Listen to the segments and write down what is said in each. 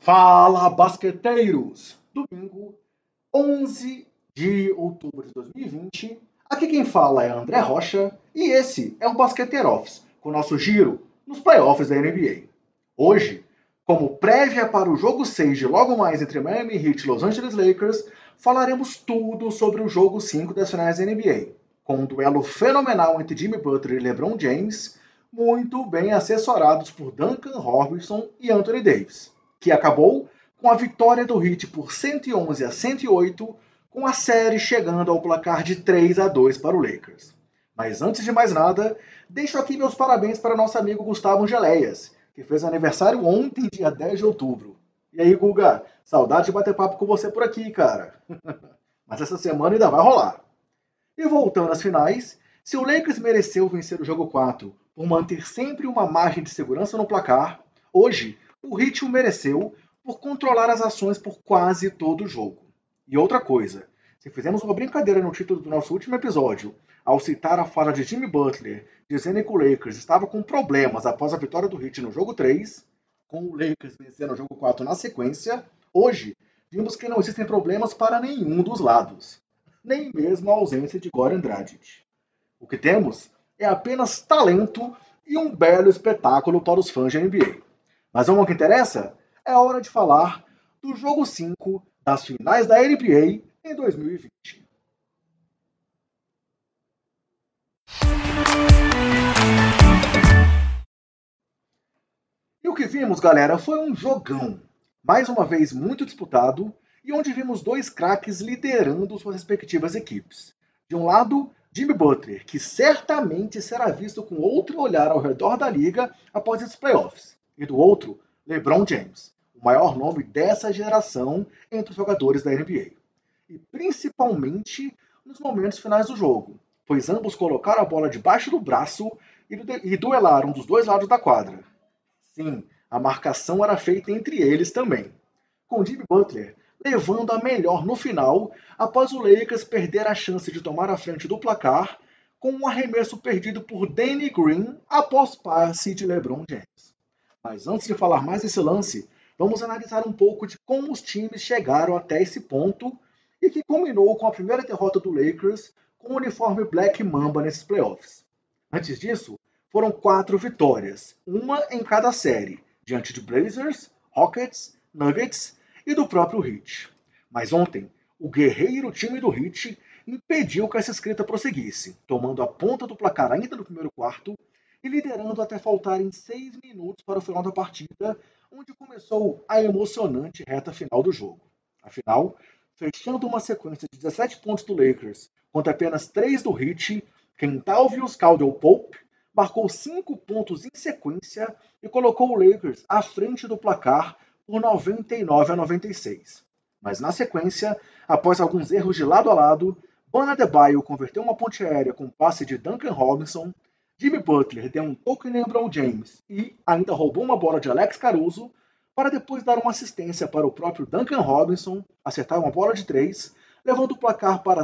Fala, basqueteiros! Domingo, 11 de outubro de 2020. Aqui quem fala é André Rocha e esse é o Basqueteiro Office, com o nosso giro nos playoffs da NBA. Hoje, como prévia para o jogo 6 de logo mais entre Miami Heat e Los Angeles Lakers, falaremos tudo sobre o jogo 5 das finais da NBA, com um duelo fenomenal entre Jimmy Butler e LeBron James, muito bem assessorados por Duncan Robinson e Anthony Davis, que acabou com a vitória do Heat por 111-108, com a série chegando ao placar de 3-2 para o Lakers. Mas antes de mais nada, deixo aqui meus parabéns para nosso amigo Gustavo Angeléias, que fez aniversário ontem, dia 10 de outubro. E aí, Guga, saudade de bater papo com você por aqui, cara. Mas essa semana ainda vai rolar. E voltando às finais, se o Lakers mereceu vencer o jogo 4 por manter sempre uma margem de segurança no placar, hoje o Heat o mereceu por controlar as ações por quase todo o jogo. E outra coisa, se fizemos uma brincadeira no título do nosso último episódio, ao citar a fala de Jimmy Butler, dizendo que o Lakers estava com problemas após a vitória do Heat no jogo 3, com o Lakers vencendo o jogo 4 na sequência, hoje vimos que não existem problemas para nenhum dos lados, nem mesmo a ausência de Goran Dragic. O que temos é apenas talento e um belo espetáculo para os fãs de NBA. Mas vamos ao que interessa? É hora de falar do jogo 5 das finais da NBA em 2020. E o que vimos, galera, foi um jogão. Mais uma vez muito disputado e onde vimos dois craques liderando suas respectivas equipes. De um lado, Jimmy Butler, que certamente será visto com outro olhar ao redor da liga após esses playoffs. E do outro, LeBron James, o maior nome dessa geração entre os jogadores da NBA. E principalmente nos momentos finais do jogo, pois ambos colocaram a bola debaixo do braço e duelaram dos dois lados da quadra. Sim, a marcação era feita entre eles também, com Jimmy Butler levando a melhor no final após o Lakers perder a chance de tomar a frente do placar com um arremesso perdido por Danny Green após passe de LeBron James. Mas antes de falar mais desse lance, vamos analisar um pouco de como os times chegaram até esse ponto e que culminou com a primeira derrota do Lakers com o uniforme Black Mamba nesses playoffs. Antes disso, foram 4 vitórias, uma em cada série, diante de Blazers, Rockets, Nuggets e do próprio Heat. Mas ontem, o guerreiro time do Heat impediu que essa escrita prosseguisse, tomando a ponta do placar ainda no primeiro quarto e liderando até faltarem 6 minutos para o final da partida, onde começou a emocionante reta final do jogo. Afinal, fechando uma sequência de 17 pontos do Lakers contra apenas 3 do Heat, Kentavious Caldwell-Pope marcou 5 pontos em sequência e colocou o Lakers à frente do placar por 99-96. Mas na sequência, após alguns erros de lado a lado, Bam Adebayo converteu uma ponte aérea com passe de Duncan Robinson, Jimmy Butler deu um toque em LeBron James e ainda roubou uma bola de Alex Caruso para depois dar uma assistência para o próprio Duncan Robinson acertar uma bola de 3, levando o placar para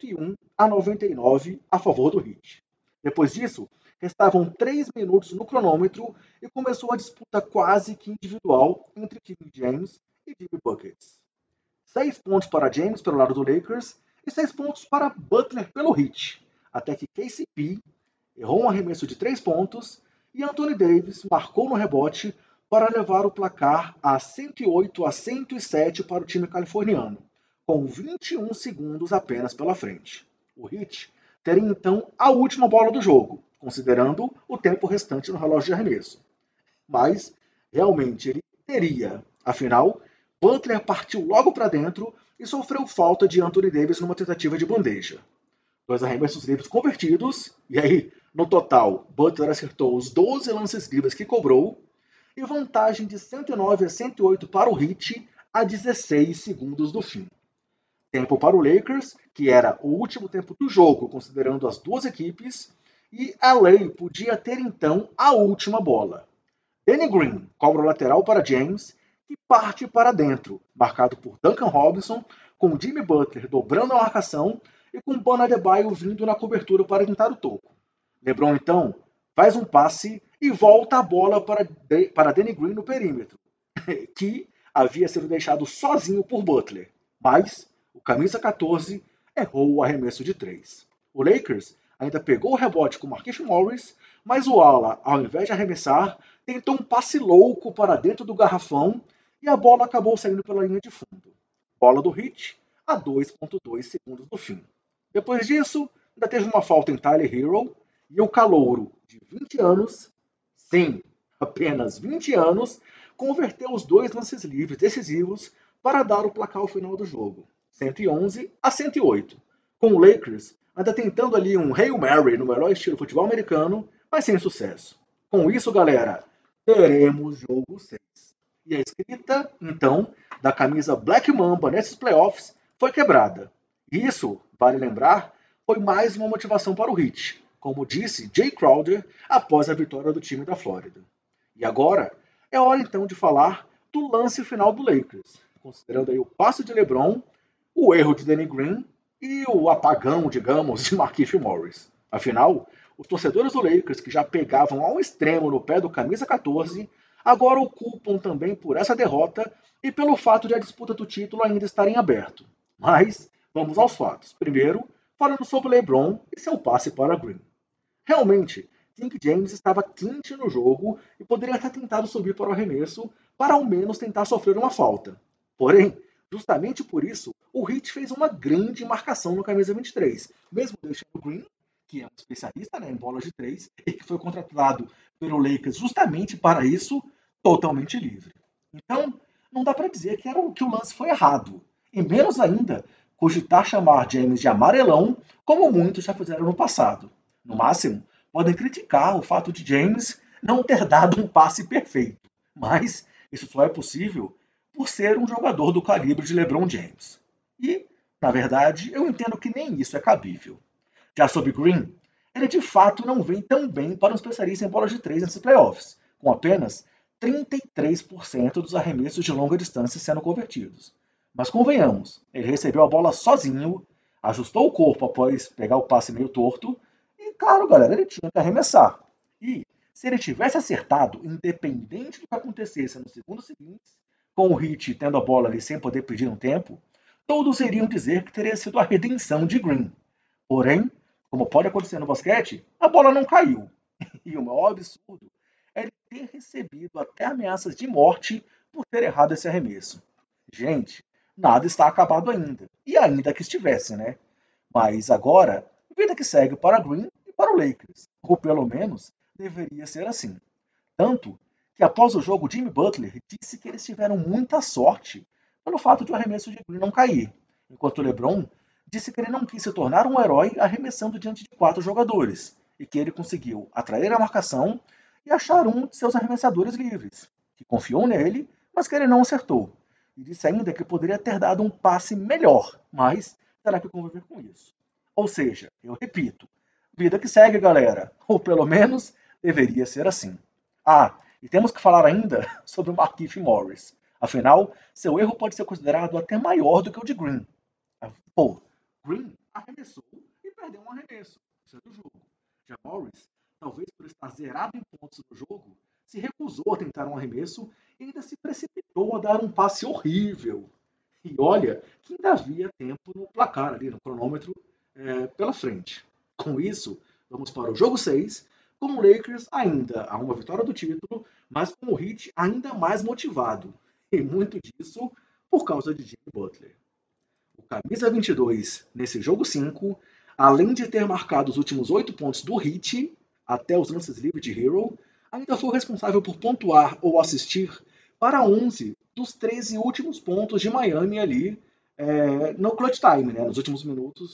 101-99 a favor do Heat. Depois disso, restavam 3 minutos no cronômetro e começou a disputa quase que individual entre King James e Jimmy Buckets. 6 pontos para James pelo lado do Lakers e 6 pontos para Butler pelo Heat, até que KCP errou um arremesso de 3 pontos e Anthony Davis marcou no rebote para levar o placar a 108-107 para o time californiano, com 21 segundos apenas pela frente. O Heat teria então a última bola do jogo, considerando o tempo restante no relógio de arremesso. Mas, realmente, ele teria. Afinal, Butler partiu logo para dentro e sofreu falta de Anthony Davis numa tentativa de bandeja. 2 arremessos livres convertidos, e aí, no total, Butler acertou os 12 lances livres que cobrou, e vantagem de 109-108 para o Heat a 16 segundos do fim. Tempo para o Lakers, que era o último tempo do jogo, considerando as duas equipes, e LA podia ter então a última bola. Danny Green cobra o lateral para James, que parte para dentro, marcado por Duncan Robinson, com Jimmy Butler dobrando a marcação e com Bam Adebayo vindo na cobertura para tentar o toco. LeBron então faz um passe e volta a bola para Danny Green no perímetro, que havia sido deixado sozinho por Butler, mas o camisa 14 errou o arremesso de 3. O Lakers ainda pegou o rebote com Markieff Morris, mas o ala, ao invés de arremessar, tentou um passe louco para dentro do garrafão e a bola acabou saindo pela linha de fundo. Bola do Heat a 2,2 segundos do fim. Depois disso, ainda teve uma falta em Tyler Hero e o calouro de 20 anos, sim, apenas 20 anos, converteu os 2 lances livres decisivos para dar o placar final do jogo, 111-108, com o Lakers ainda tentando ali um Hail Mary no melhor estilo futebol americano, mas sem sucesso. Com isso, galera, teremos jogo 6. E a escrita, então, da camisa Black Mamba nesses playoffs foi quebrada. Isso, vale lembrar, foi mais uma motivação para o Heat, como disse Jay Crowder após a vitória do time da Flórida. E agora, é hora então de falar do lance final do Lakers, considerando aí o passe de LeBron, o erro de Danny Green e o apagão, digamos, de Markieff Morris. Afinal, os torcedores do Lakers, que já pegavam ao extremo no pé do camisa 14, agora o culpam também por essa derrota e pelo fato de a disputa do título ainda estar em aberto. Mas vamos aos fatos. Primeiro, falando sobre LeBron e seu passe para Green. Realmente, King James estava quente no jogo e poderia ter tentado subir para o arremesso para ao menos tentar sofrer uma falta. Porém, justamente por isso, o Heat fez uma grande marcação no camisa 23, mesmo deixando o Green, que é um especialista, né, em bolas de 3 e que foi contratado pelo Lakers justamente para isso, totalmente livre. Então, não dá para dizer que o lance foi errado. E menos ainda, cogitar chamar James de amarelão, como muitos já fizeram no passado. No máximo, podem criticar o fato de James não ter dado um passe perfeito. Mas isso só é possível por ser um jogador do calibre de LeBron James. E, na verdade, eu entendo que nem isso é cabível. Já sobre Green, ele de fato não vem tão bem para um especialista em bolas de 3 nesses playoffs, com apenas 33% dos arremessos de longa distância sendo convertidos. Mas convenhamos, ele recebeu a bola sozinho, ajustou o corpo após pegar o passe meio torto, e claro, galera, ele tinha que arremessar. E se ele tivesse acertado, independente do que acontecesse nos segundos seguintes, com o Heat tendo a bola ali sem poder pedir um tempo, todos iriam dizer que teria sido a redenção de Green. Porém, como pode acontecer no basquete, a bola não caiu. E o maior absurdo é ele ter recebido até ameaças de morte por ter errado esse arremesso. Gente, nada está acabado ainda. E ainda que estivesse, né? Mas agora, vida que segue para Green e para o Lakers. Ou pelo menos, deveria ser assim. Tanto que após o jogo, Jimmy Butler disse que eles tiveram muita sorte pelo fato de o arremesso de Green não cair. Enquanto LeBron disse que ele não quis se tornar um herói arremessando diante de 4 jogadores, e que ele conseguiu atrair a marcação e achar um de seus arremessadores livres, que confiou nele, mas que ele não acertou. E disse ainda que poderia ter dado um passe melhor, mas terá que conviver com isso. Ou seja, eu repito, vida que segue, galera. Ou pelo menos deveria ser assim. Ah, e temos que falar ainda sobre o Markieff Morris. Afinal, seu erro pode ser considerado até maior do que o de Green. Pô, Green arremessou e perdeu um arremesso. Isso é do jogo. Já Morris, talvez por estar zerado em pontos no jogo, se recusou a tentar um arremesso e ainda se precipitou a dar um passe horrível. E olha que ainda havia tempo no placar ali, no cronômetro, pela frente. Com isso, vamos para o jogo 6, com o Lakers ainda a uma vitória do título, mas com o Heat ainda mais motivado. E muito disso por causa de Jimmy Butler. O camisa 22, nesse jogo 5, além de ter marcado os últimos 8 pontos do Heat, até os lances livres de Hero, ainda foi responsável por pontuar ou assistir para 11 dos 13 últimos pontos de Miami ali no clutch time, né, nos últimos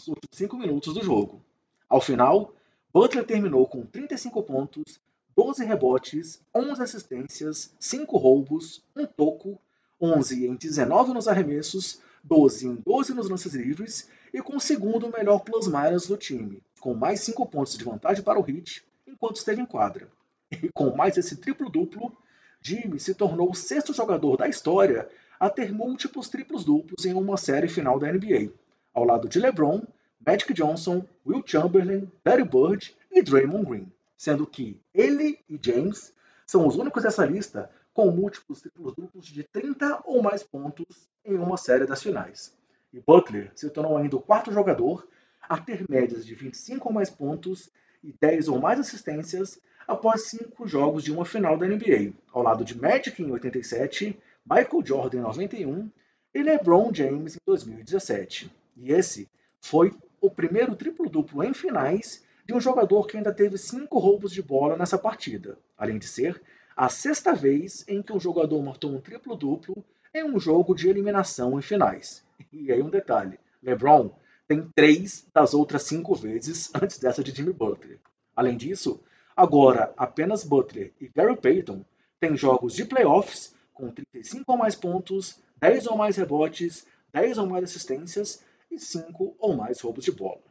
5 minutos do jogo. Ao final, Butler terminou com 35 pontos, 12 rebotes, 11 assistências, 5 roubos, 1 toco, 11 em 19 nos arremessos, 12 em 12 nos lances livres e com o segundo melhor plus-minus do time, com mais 5 pontos de vantagem para o Heat enquanto esteve em quadra. E com mais esse triplo-duplo, Jimmy se tornou o 6º jogador da história a ter múltiplos triplos-duplos em uma série final da NBA, ao lado de LeBron, Magic Johnson, Will Chamberlain, Larry Bird e Draymond Green, sendo que ele e James são os únicos dessa lista com múltiplos triplos-duplos de 30 ou mais pontos em uma série das finais. E Butler se tornou ainda o quarto jogador a ter médias de 25 ou mais pontos e 10 ou mais assistências após 5 jogos de uma final da NBA, ao lado de Magic em 87, Michael Jordan em 91 e LeBron James em 2017. E esse foi o primeiro triplo-duplo em finais de um jogador que ainda teve 5 roubos de bola nessa partida, além de ser a sexta vez em que um jogador marcou um triplo-duplo em um jogo de eliminação em finais. E aí um detalhe, LeBron tem 3 das outras 5 vezes antes dessa de Jimmy Butler. Além disso, agora apenas Butler e Gary Payton têm jogos de playoffs com 35 ou mais pontos, 10 ou mais rebotes, 10 ou mais assistências e 5 ou mais roubos de bola.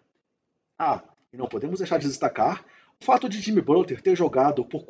E não podemos deixar de destacar o fato de Jimmy Butler ter jogado por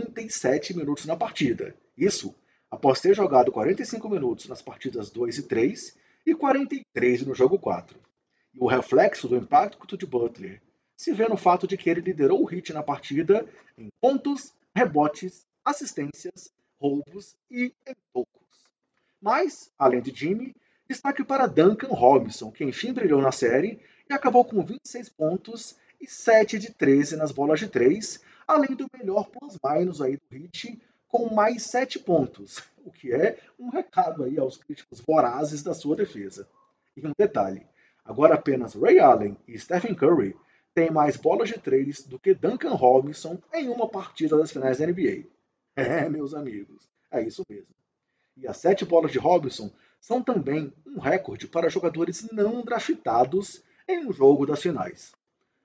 47 minutos na partida. Isso após ter jogado 45 minutos nas partidas 2 e 3 e 43 no jogo 4. E o reflexo do impacto de Butler se vê no fato de que ele liderou o Heat na partida em pontos, rebotes, assistências, roubos e em tocos. Mas, além de Jimmy, destaque para Duncan Robinson, que enfim brilhou na série e acabou com 26 pontos e 7 de 13 nas bolas de 3, além do melhor plus-minus aí do Heat, com mais 7 pontos, o que é um recado aí aos críticos vorazes da sua defesa. E um detalhe, agora apenas Ray Allen e Stephen Curry têm mais bolas de 3 do que Duncan Robinson em uma partida das finais da NBA. Meus amigos, é isso mesmo. E as 7 bolas de Robinson são também um recorde para jogadores não draftados em um jogo das finais.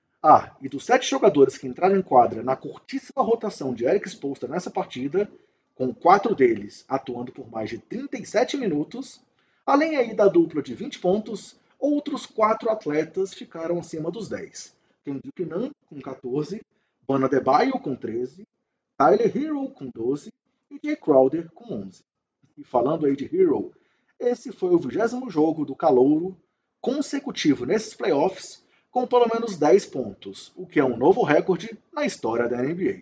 E dos 7 jogadores que entraram em quadra na curtíssima rotação de Erik Spoelstra nessa partida, com 4 deles atuando por mais de 37 minutos, além aí da dupla de 20 pontos, outros 4 atletas ficaram acima dos 10. Kendrick Nunn com 14, Bam Adebayo com 13, Tyler Herro com 12 e Jay Crowder com 11. E falando aí de Herro, esse foi o 20º jogo do calouro consecutivo nesses playoffs com pelo menos 10 pontos, o que é um novo recorde na história da NBA.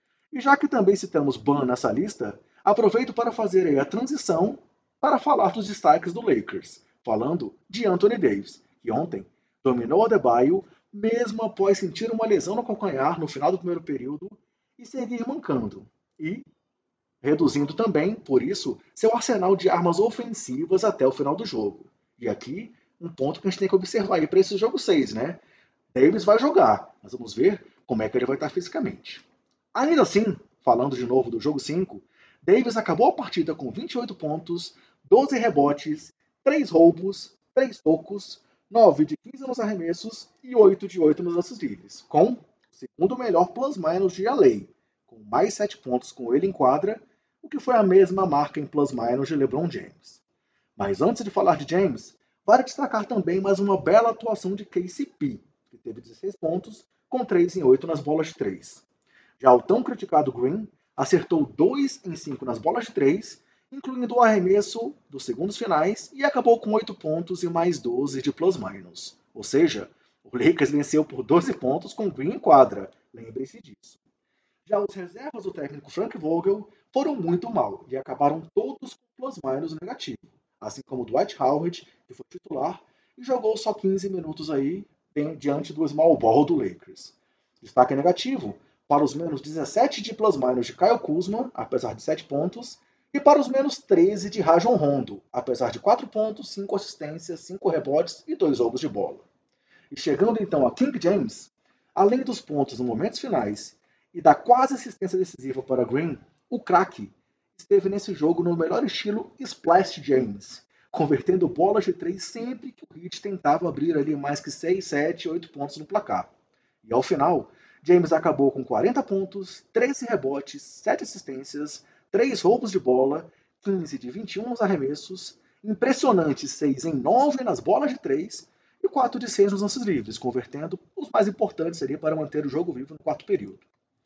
E já que também citamos Bam nessa lista, aproveito para fazer aí a transição para falar dos destaques do Lakers, falando de Anthony Davis, que ontem dominou Adebayo mesmo após sentir uma lesão no calcanhar no final do primeiro período e seguir mancando. E reduzindo também, por isso, seu arsenal de armas ofensivas até o final do jogo. E aqui, um ponto que a gente tem que observar aí para esse jogo 6, né? Davis vai jogar, mas vamos ver como é que ele vai estar fisicamente. Ainda assim, falando de novo do jogo 5, Davis acabou a partida com 28 pontos, 12 rebotes, 3 roubos, 3 tocos, 9 de 15 nos arremessos e 8 de 8 nos lances livres, com o segundo melhor plus-minus de LA, com mais 7 pontos com ele em quadra, o que foi a mesma marca em plus-minus de LeBron James. Mas antes de falar de James, vale destacar também mais uma bela atuação de KCP, que teve 16 pontos, com 3 em 8 nas bolas de 3. Já o tão criticado Green acertou 2 em 5 nas bolas de 3, incluindo o arremesso dos segundos finais, e acabou com 8 pontos e mais 12 de plus-minus. Ou seja, o Lakers venceu por 12 pontos com Green em quadra, lembre-se disso. Já os reservas do técnico Frank Vogel foram muito mal e acabaram todos com plus-minus negativo, assim como Dwight Howard, que foi titular e jogou só 15 minutos aí diante do small ball do Lakers. Destaque negativo para os menos 17 de plus-minus de Kyle Kuzma, apesar de 7 pontos, e para os menos 13 de Rajon Rondo, apesar de 4 pontos, 5 assistências, 5 rebotes e 2 roubos de bola. E chegando então a King James, além dos pontos nos momentos finais e da quase assistência decisiva para Green, o craque esteve nesse jogo no melhor estilo Splash James, convertendo bolas de 3 sempre que o Heat tentava abrir ali mais que 6, 7, 8 pontos no placar. E ao final, James acabou com 40 pontos, 13 rebotes, 7 assistências, 3 roubos de bola, 15 de 21 nos arremessos, impressionantes 6 em 9 nas bolas de 3 e 4 de 6 nos lances livres, convertendo os mais importantes ali para manter o jogo vivo no quarto período.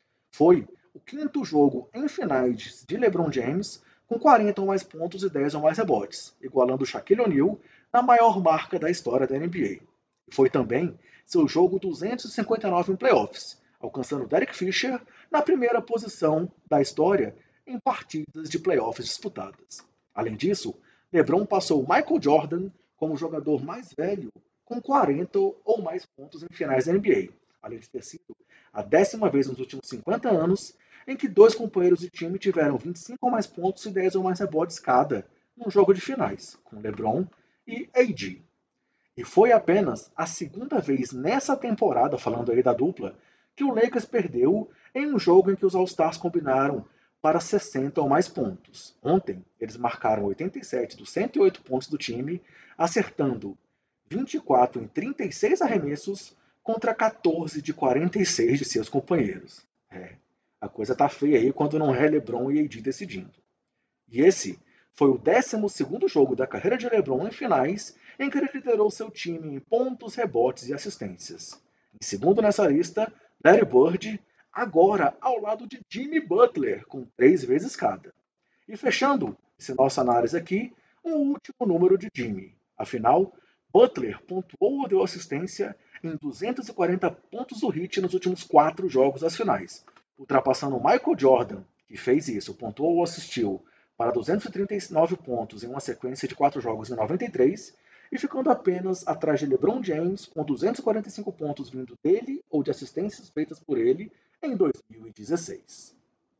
Foi o quinto jogo em finais de LeBron James com 40 ou mais pontos e 10 ou mais rebotes, igualando o Shaquille O'Neal na maior marca da história da NBA. Foi também seu jogo 259 em playoffs, alcançando Derek Fisher na primeira posição da história em partidas de playoffs disputadas. Além disso, LeBron passou Michael Jordan como o jogador mais velho com 40 ou mais pontos em finais da NBA, além de ter sido a 10ª vez nos últimos 50 anos em que dois companheiros de time tiveram 25 ou mais pontos e 10 ou mais rebotes cada num jogo de finais, com LeBron e AD. E foi apenas a segunda vez nessa temporada, falando aí da dupla, que o Lakers perdeu em um jogo em que os All-Stars combinaram para 60 ou mais pontos. Ontem, eles marcaram 87 dos 108 pontos do time, acertando 24 em 36 arremessos contra 14 de 46 de seus companheiros. A coisa tá feia aí quando não é LeBron e AD decidindo. E esse foi o 12º jogo da carreira de LeBron em finais em que ele liderou seu time em pontos, rebotes e assistências. Em segundo nessa lista, Larry Bird, agora ao lado de Jimmy Butler, com 3 vezes cada. E fechando essa nossa análise aqui, um último número de Jimmy. Afinal, Butler pontuou ou deu assistência em 240 pontos do Heat nos últimos 4 jogos das finais, ultrapassando Michael Jordan, que fez isso, pontuou ou assistiu para 239 pontos em uma sequência de 4 jogos em 93, e ficando apenas atrás de LeBron James, com 245 pontos vindo dele ou de assistências feitas por ele em 2016.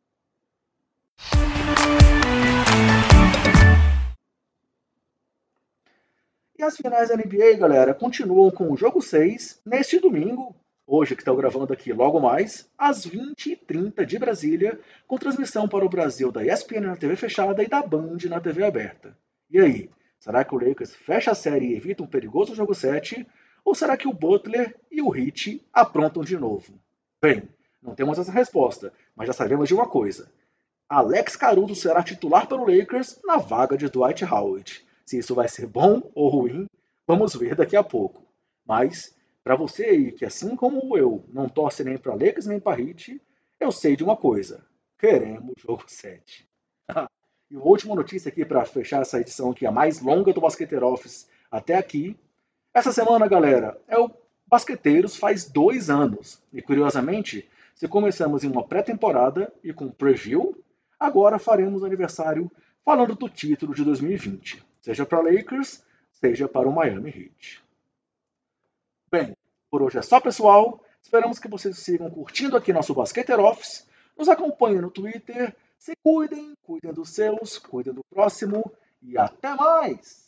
E as finais da NBA, galera, continuam com o jogo 6 neste domingo, hoje que estou gravando aqui logo mais, às 20h30 de Brasília, com transmissão para o Brasil da ESPN na TV fechada e da Band na TV aberta. E aí, será que o Lakers fecha a série e evita um perigoso jogo 7? Ou será que o Butler e o Heat aprontam de novo? Bem, não temos essa resposta, mas já sabemos de uma coisa. Alex Caruso será titular para o Lakers na vaga de Dwight Howard. Se isso vai ser bom ou ruim, vamos ver daqui a pouco. Mas, para você aí que, assim como eu, não torce nem para Lakers nem para Heat, eu sei de uma coisa. Queremos jogo 7. E uma última notícia aqui para fechar essa edição aqui, a mais longa do Basqueteiro Office até aqui. Essa semana, galera, é o Basqueteiros faz 2 anos. E, curiosamente, se começamos em uma pré-temporada e com preview, agora faremos aniversário falando do título de 2020, seja para Lakers, seja para o Miami Heat. Bem, por hoje é só, pessoal. Esperamos que vocês sigam curtindo aqui nosso Basqueteiro Office, nos acompanhem no Twitter, se cuidem, cuidem dos seus, cuidem do próximo e até mais!